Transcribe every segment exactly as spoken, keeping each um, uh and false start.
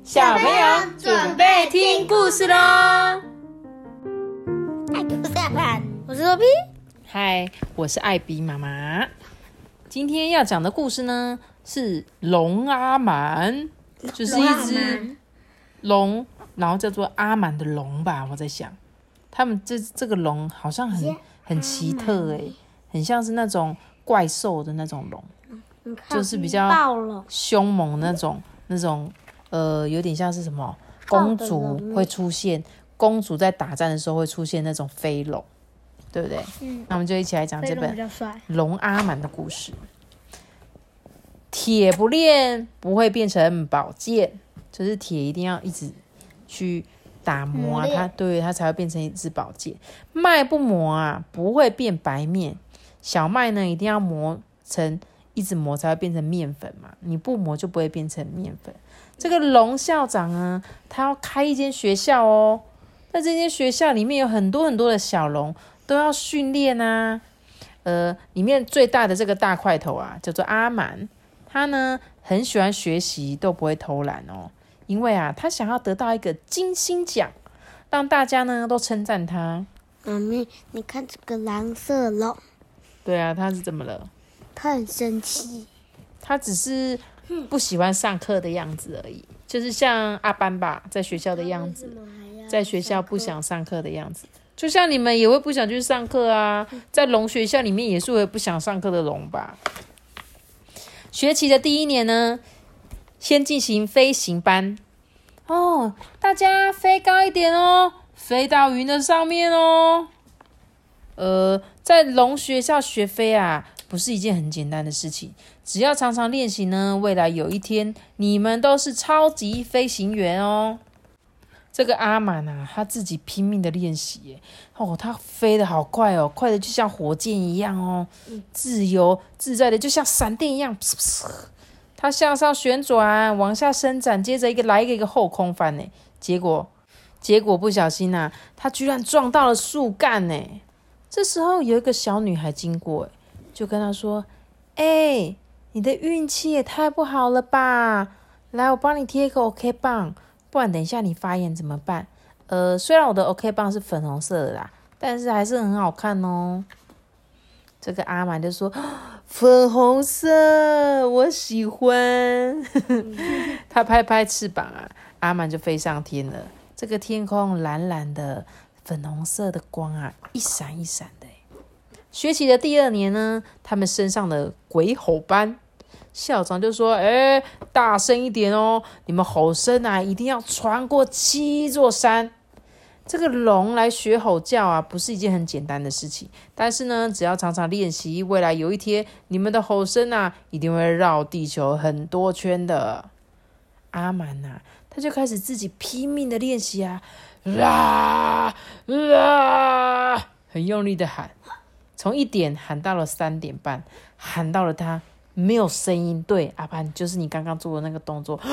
小朋友准备听故事咯。 爱故事阿凡，我是罗比。 嗨，我是艾比妈妈。今天要讲的故事呢是龙阿蛮，就是一只龙，然后叫做阿蛮的龙吧。我在想，他们这这个龙好像很很奇特哎、欸，很像是那种怪兽的那种龙，就是比较凶猛那种那种。呃，有点像是什么公主会出现，公主在打战的时候会出现那种飞龙，对不对？嗯，那我们就一起来讲这本龙阿蛮的故事。铁不炼不会变成宝剑，就是铁一定要一直去打磨啊，它对它才会变成一支宝剑。麦不磨啊，不会变白面。小麦呢，一定要磨成一直磨才会变成面粉嘛，你不磨就不会变成面粉。这个龙校长呢，他要开一间学校哦。在这间学校里面有很多很多的小龙，都要训练啊。呃，里面最大的这个大块头啊，叫做阿蛮。他呢很喜欢学习，都不会偷懒哦。因为啊，他想要得到一个金星奖，让大家呢都称赞他。 妈咪，你看这个蓝色龙。 对啊，他是怎么了？ 他很生气。 他只是不喜欢上课的样子而已，就是像阿班吧，在学校的样子，在学校不想上课的样子，就像你们也会不想去上课啊，在龙学校里面也是会不想上课的龙吧。学期的第一年呢，先进行飞行班哦，大家飞高一点哦，飞到云的上面哦。呃，在龙学校学飞啊，不是一件很简单的事情，只要常常练习呢，未来有一天你们都是超级飞行员哦。这个阿蛮啊，他自己拼命的练习耶，哦，他飞得好快哦，快的就像火箭一样哦，自由自在的就像闪电一样，噗噗噗，他向上旋转，往下伸展，接着一个来一个一个后空翻呢，结果结果不小心啊，他居然撞到了树干呢。这时候有一个小女孩经过，就跟他说：“哎、欸，你的运气也太不好了吧！来，我帮你贴一个 OK 棒，不然等一下你发炎怎么办？呃，虽然我的 OK 棒是粉红色的啦，但是还是很好看哦。”这个阿蛮就说：“粉红色，我喜欢。”他拍拍翅膀啊，阿蛮就飞上天了。这个天空蓝蓝的。粉红色的光啊，一闪一闪的。学期的第二年呢，他们升上了鬼吼班，校长就说：“哎，大声一点哦，你们吼声啊，一定要传过七座山。”这个龙来学吼叫啊，不是一件很简单的事情。但是呢，只要常常练习，未来有一天，你们的吼声啊，一定会绕地球很多圈的。阿蛮啊，他就开始自己拼命的练习啊。啦啦，很用力的喊，从一点喊到了三点半，喊到了他没有声音。对，阿班就是你刚刚做的那个动作，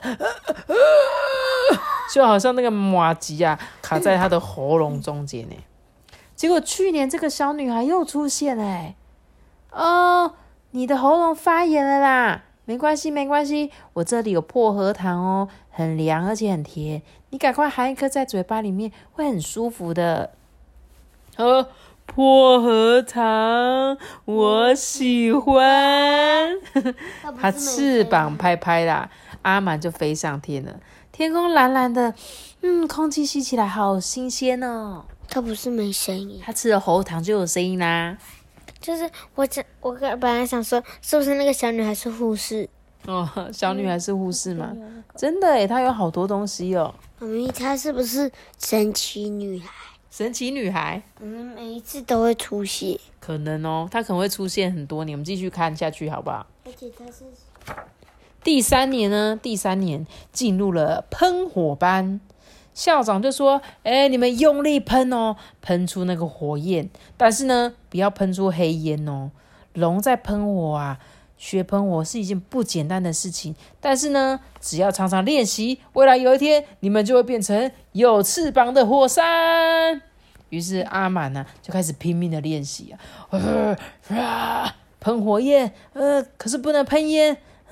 就好像那个麻糬啊卡在他的喉咙中间呢。结果去年这个小女孩又出现了，哎，哦，你的喉咙发炎了啦。没关系，没关系，我这里有薄荷糖哦，很凉而且很甜，你赶快含一颗在嘴巴里面，会很舒服的。呃，薄荷糖，我喜欢。他翅膀拍拍啦，阿蛮就飞上天了。天空蓝蓝的，嗯，空气吸起来好新鲜哦。 他不是没声音， 他吃了喉糖就有声音啦。 就是我想，我本来想说，是不是那个小女孩是护士？ 哦，小女孩是护士吗？嗯、真的耶，她有好多东西哦。 妈咪，她是不是神奇女孩？ 神奇女孩？ 嗯，每一次都会出现。 可能哦，她可能会出现很多年，我们继续看下去好不好？ 而且她是第三年呢，第三年进入了喷火班。校长就说：“哎，你们用力喷哦，喷出那个火焰，但是呢，不要喷出黑烟哦。龙在喷火啊，学喷火是一件不简单的事情，但是呢，只要常常练习，未来有一天你们就会变成有翅膀的火山。”于是阿蛮呢、啊、就开始拼命的练习啊，呃啊，喷火焰，呃，可是不能喷烟，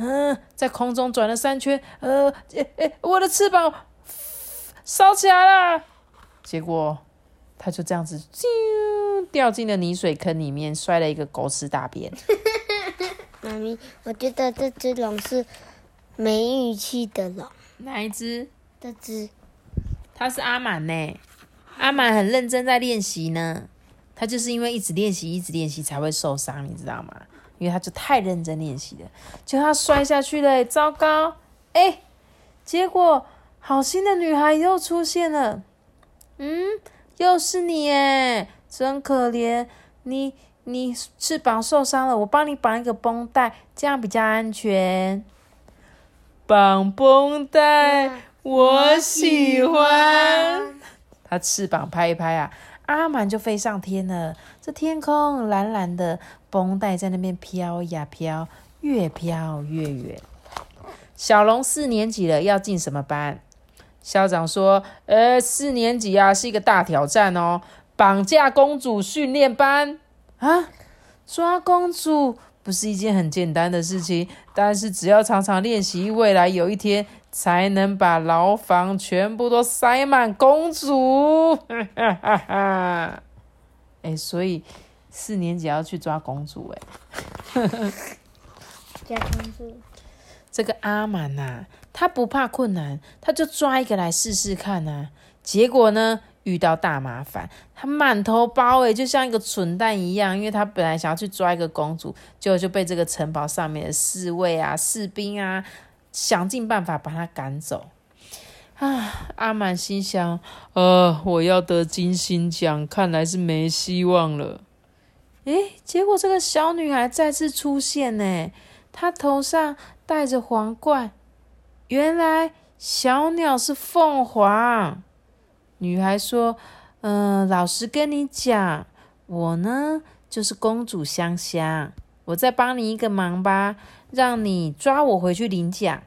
嗯，在空中转了三圈，呃，诶诶，我的翅膀烧起来了。结果他就这样子，啾，掉进了泥水坑里面，摔了一个狗屎大便。 妈咪，我觉得这只龙是没语气的龙。 哪一只？ 这只。 他是阿满呢，阿满很认真在练习呢。他就是因为一直练习，一直练习才会受伤，你知道吗？因为他就太认真练习了，就他摔下去了，糟糕！哎，结果好心的女孩又出现了。嗯，又是你耶，真可怜。你你翅膀受伤了，我帮你绑一个绷带，这样比较安全。绑绷带，嗯、我喜欢。他翅膀拍一拍啊，阿满就飞上天了。这天空蓝蓝的，绷带在那边飘呀飘，越飘越远。小龙四年级了，要进什么班？校长说：“呃，四年级啊，是一个大挑战哦，绑架公主训练班啊！抓公主不是一件很简单的事情，但是只要常常练习，未来有一天才能把牢房全部都塞满公主。”哈哈哈哈！哎，所以四年级要去抓公主，哎， 抓公主。 这个阿满啊，他不怕困难，他就抓一个来试试看啊。结果呢，遇到大麻烦，他满头包诶，就像一个蠢蛋一样。因为他本来想要去抓一个公主，结果就被这个城堡上面的侍卫啊、士兵啊，想尽办法把他赶走。啊，阿满心想，呃，我要得金星奖，看来是没希望了。诶，结果这个小女孩再次出现呢，她头上戴着皇冠，原来小鸟是凤凰。女孩说：“嗯、呃，老实跟你讲，我呢就是公主香香，我再帮你一个忙吧，让你抓我回去领奖。”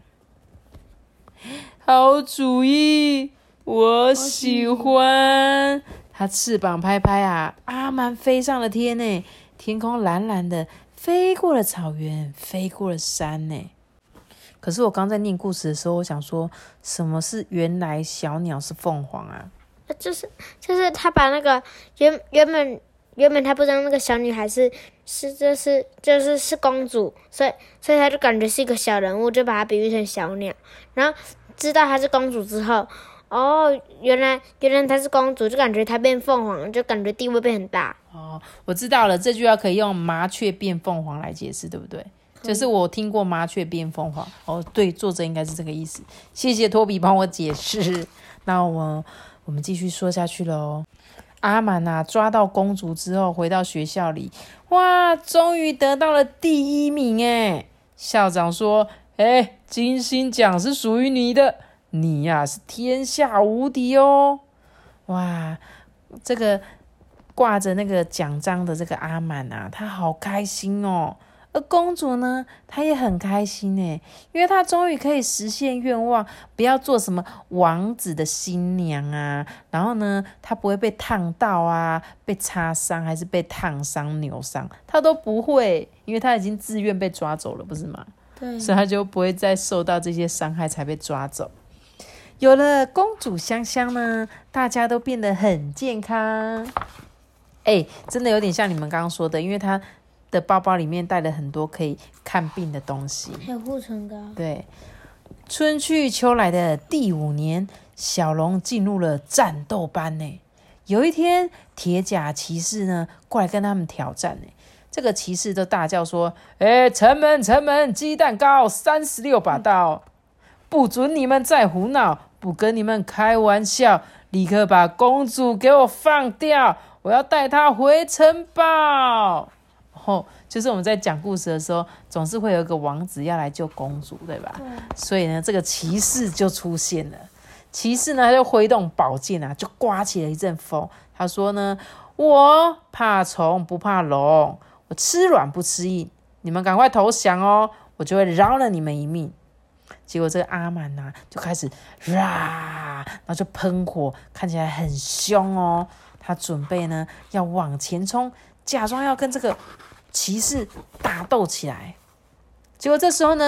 好主意，我喜欢。她翅膀拍拍啊，阿满飞上了天呢，天空蓝蓝的，飞过了草原，飞过了山呢。可是我刚在念故事的时候，我想说，什么是原来小鸟是凤凰啊？ 就是就是他把那个原原本原本他不知道那个小女孩是是就是就是是公主，所以所以他就感觉是一个小人物，就把她比喻成小鸟。然后知道她是公主之后，哦，原来原来她是公主，就感觉她变凤凰，就感觉地位变很大。 哦，我知道了，这句话可以用麻雀变凤凰来解释，对不对？就是我听过麻雀变凤凰。哦，对，作者应该是这个意思。谢谢托比帮我解释。那我我们继续说下去喽。阿满啊，抓到公主之后，回到学校里，哇，终于得到了第一名哎！校长说：“哎，金星奖是属于你的，你呀、啊、是天下无敌哦！”哇，这个挂着那个奖章的这个阿满啊，他好开心哦。而公主呢，她也很开心耶，因为她终于可以实现愿望，不要做什么王子的新娘啊，然后呢，她不会被烫到啊，被擦伤还是被烫伤、扭伤，她都不会，因为她已经自愿被抓走了，不是吗？ 对， 所以她就不会再受到这些伤害才被抓走。有了公主香香呢，大家都变得很健康。哎，真的有点像你们刚刚说的，因为她的包包里面带了很多可以看病的东西， 还有护唇膏。 对，春去秋来的第五年，小龙进入了战斗班呢。有一天，铁甲骑士呢过来跟他们挑战呢。这个骑士都大叫说：“哎，城门城门，鸡蛋糕三十六把刀，不准你们再胡闹，不跟你们开玩笑，立刻把公主给我放掉，我要带她回城堡。”后就是我们在讲故事的时候，总是会有一个王子要来救公主，对吧？ 对。 所以呢，这个骑士就出现了。骑士呢，他就挥动宝剑啊，就刮起了一阵风。他说呢：“我怕虫不怕龙，我吃软不吃硬，你们赶快投降哦，我就会饶了你们一命。”结果这个阿满啊，就开始啦，然后就喷火，看起来很凶哦。他准备呢要往前冲，假装要跟这个骑士打斗起来。结果这时候呢，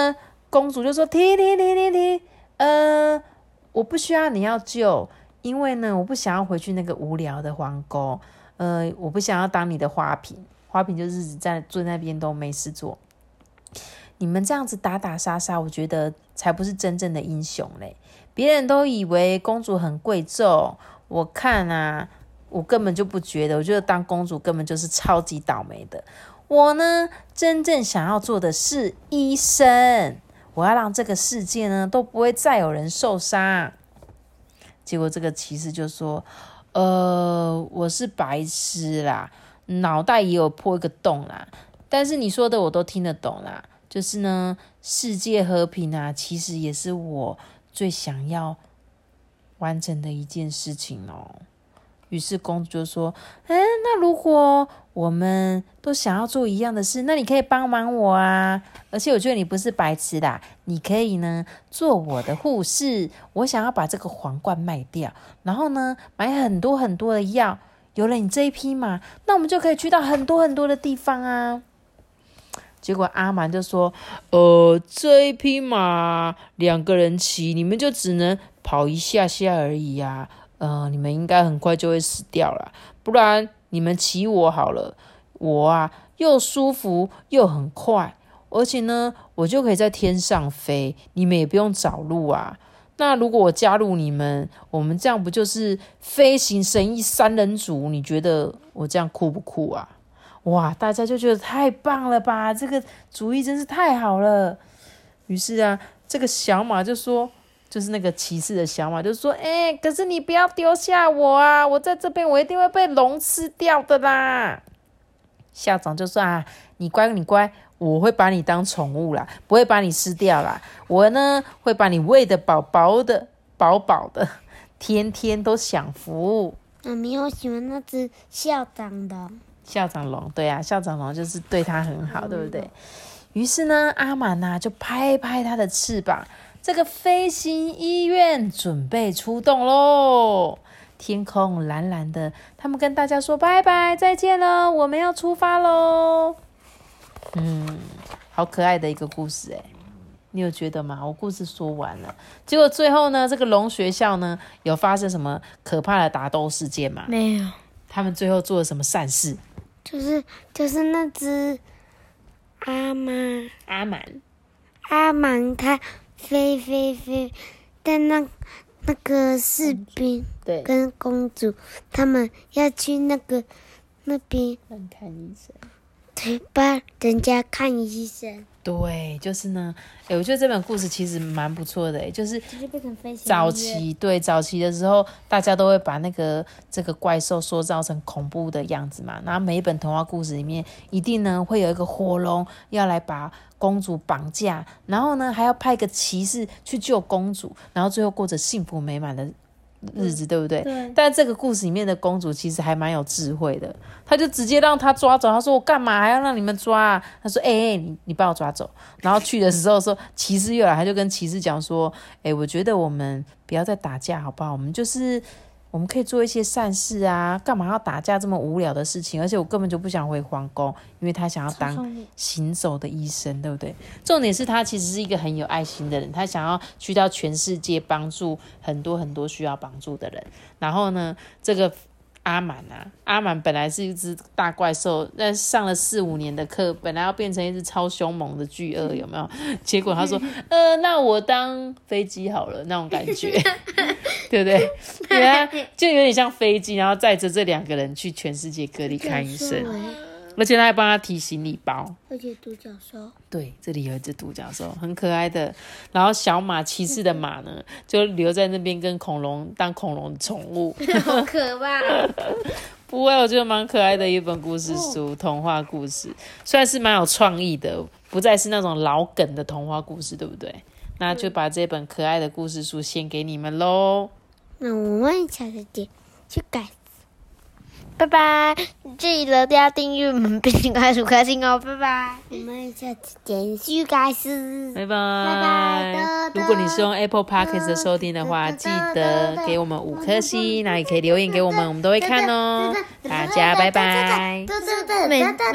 公主就说停停停停停，呃，我不需要你要救，因为呢，我不想要回去那个无聊的皇宫，呃，我不想要当你的花瓶，花瓶就是在坐那边都没事做。你们这样子打打杀杀，我觉得才不是真正的英雄嘞。别人都以为公主很贵重，我看啊，我根本就不觉得，我觉得当公主根本就是超级倒霉的。我呢，真正想要做的是医生，我要让这个世界呢都不会再有人受伤。结果这个骑士就说，呃，我是白痴啦，脑袋也有破一个洞啦，但是你说的我都听得懂啦，就是呢，世界和平啊，其实也是我最想要完成的一件事情哦。于是公主就说，哎，那如果我们都想要做一样的事，那你可以帮忙我啊，而且我觉得你不是白痴啦，你可以呢做我的护士，我想要把这个皇冠卖掉，然后呢买很多很多的药，有了你这一匹马，那我们就可以去到很多很多的地方啊。结果阿蛮就说，呃，这一匹马两个人骑，你们就只能跑一下下而已啊，呃，你们应该很快就会死掉了，不然你们骑我好了，我啊又舒服又很快，而且呢我就可以在天上飞，你们也不用找路啊。那如果我加入你们，我们这样不就是飞行神翼三人组？你觉得我这样酷不酷啊？哇，大家就觉得太棒了吧，这个主意真是太好了。于是啊，这个小马就说，就是那个骑士的小马就说，哎、欸，可是你不要丢下我啊，我在这边我一定会被龙吃掉的啦。校长就说啊，你乖你乖，我会把你当宠物啦，不会把你吃掉啦，我呢会把你喂得饱饱的饱饱的，天天都享福。 妈咪，我喜欢那只校长的校长龙，对啊，校长龙就是对他很好，对不对？于是呢，阿满啊就拍拍他的翅膀，这个飞行医院准备出动咯。天空蓝蓝的，他们跟大家说拜拜，再见了，我们要出发咯。嗯，好可爱的一个故事诶，你有觉得吗？我故事说完了，结果最后呢，这个龙学校呢有发生什么可怕的打斗事件吗？ 没有。 他们最后做了什么善事？ 就是就是那只阿妈阿满阿满，他飞飞飞，但那那个士兵对跟公主他们要去那个那边看医生， 对，帮人家看医生。 对，就是呢，哎，我觉得这本故事其实蛮不错的，就是就是变成飞行早期对早期的时候，大家都会把那个这个怪兽塑造成恐怖的样子嘛，然后每一本童话故事里面一定呢会有一个火龙要来把公主绑架，然后呢还要派个骑士去救公主，然后最后过着幸福美满的日子，对不对？ 对。 但这个故事里面的公主其实还蛮有智慧的，她就直接让他抓走。她说：“我干嘛还要让你们抓啊？”她说：“哎、欸、哎，你你把我抓走。”然后去的时候说骑士又来，他就跟骑士讲说：“哎、欸，我觉得我们不要再打架好不好？我们就是我们可以做一些善事啊，干嘛要打架这么无聊的事情？而且我根本就不想回皇宫，因为他想要当行走的医生，对不对？重点是他其实是一个很有爱心的人，他想要去到全世界帮助很多很多需要帮助的人。然后呢，这个阿满啊，阿满本来是一只大怪兽，但上了四五年的课，本来要变成一只超凶猛的巨鳄，有没有？结果他说，呃，那我当飞机好了，那种感觉，对不对？对啊，就有点像飞机，然后载着这两个人去全世界各地看医生，而且他还帮他提行李包， 而且独角兽， 对，这里有一只独角兽，很可爱的。然后小马骑士的马呢，就留在那边跟恐龙当恐龙的宠物， 好可怕。 不会，我觉得蛮可爱的一本故事书，童话故事，虽然是蛮有创意的，不再是那种老梗的童话故事，对不对？那就把这本可爱的故事书献给你们咯。 那我们下次见，去改。拜拜！记得要订阅我们变形怪鼠开心哦，拜拜！我们下次见，去改死， 拜拜！ 拜拜！ 如果你是用 Apple Podcast 收听的话，记得给我们五颗星，那也可以留言给我们，我们都会看哦。大家拜拜！每